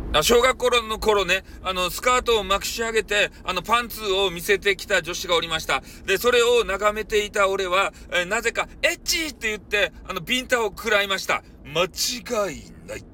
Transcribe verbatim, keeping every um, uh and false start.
あ、小学校の頃ね、あの、スカートをまくし上げて、あの、パンツを見せてきた女子がおりました。で、それを眺めていた俺は、えーなぜか、エッチって言って、あの、ビンタを食らいました。間違いない。